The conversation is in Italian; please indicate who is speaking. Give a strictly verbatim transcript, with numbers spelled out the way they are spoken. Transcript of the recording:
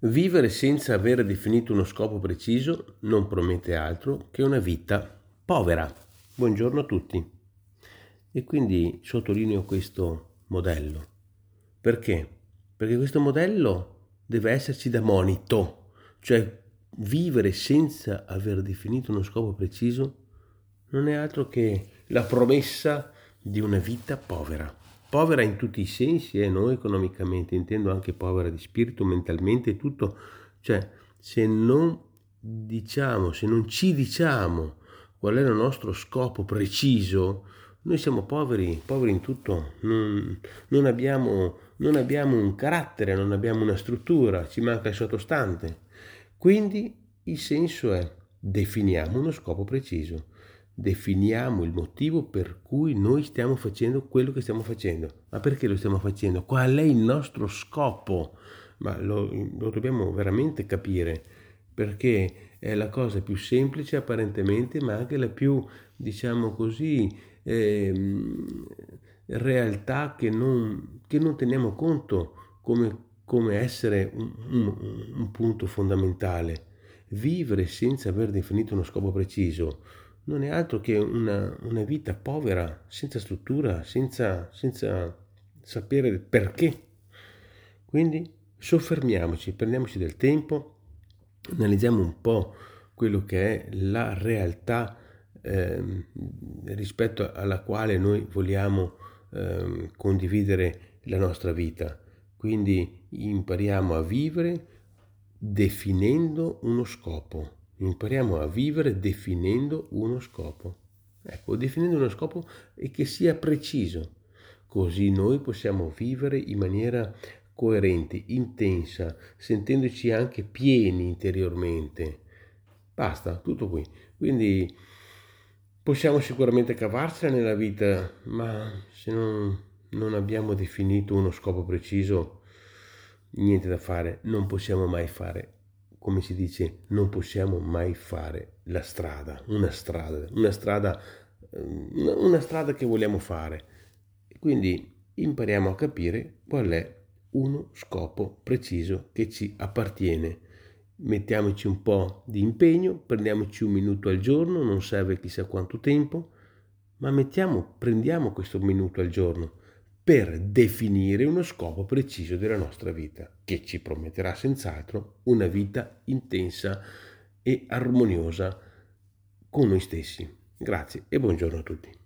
Speaker 1: Vivere senza aver definito uno scopo preciso non promette altro che una vita povera. Buongiorno a tutti. E quindi sottolineo questo modello. Perché? Perché questo modello deve esserci da monito, cioè vivere senza aver definito uno scopo preciso non è altro che la promessa di una vita povera. Povera in tutti i sensi, e eh, non economicamente, intendo anche povera di spirito, mentalmente, tutto. Cioè, se non diciamo, se non ci diciamo qual è il nostro scopo preciso, noi siamo poveri, poveri in tutto, non, non, abbiamo, non abbiamo un carattere, non abbiamo una struttura, ci manca il sottostante. Quindi il senso è: definiamo uno scopo preciso, definiamo il motivo per cui noi stiamo facendo quello che stiamo facendo. Ma perché lo stiamo facendo? Qual è il nostro scopo? Ma lo, lo dobbiamo veramente capire, perché è la cosa più semplice apparentemente, ma anche la più, diciamo così, ehm, realtà che non, che non teniamo conto come, come essere un, un, un punto fondamentale. Vivere senza aver definito uno scopo preciso non è altro che una, una vita povera, senza struttura, senza, senza sapere perché. Quindi soffermiamoci, prendiamoci del tempo, analizziamo un po' quello che è la realtà eh, rispetto alla quale noi vogliamo eh, condividere la nostra vita. Quindi impariamo a vivere definendo uno scopo. Impariamo a vivere definendo uno scopo. Ecco, definendo uno scopo e che sia preciso. Così noi possiamo vivere in maniera coerente, intensa, sentendoci anche pieni interiormente. Basta, tutto qui. Quindi possiamo sicuramente cavarcela nella vita, ma se non, non abbiamo definito uno scopo preciso, niente da fare, non possiamo mai fare, come si dice, non possiamo mai fare la strada, una strada, una strada, una, una strada che vogliamo fare. Quindi impariamo a capire qual è uno scopo preciso che ci appartiene. Mettiamoci un po' di impegno, prendiamoci un minuto al giorno, non serve chissà quanto tempo, ma mettiamo, prendiamo questo minuto al giorno per definire uno scopo preciso della nostra vita, che ci prometterà senz'altro una vita intensa e armoniosa con noi stessi. Grazie e buongiorno a tutti.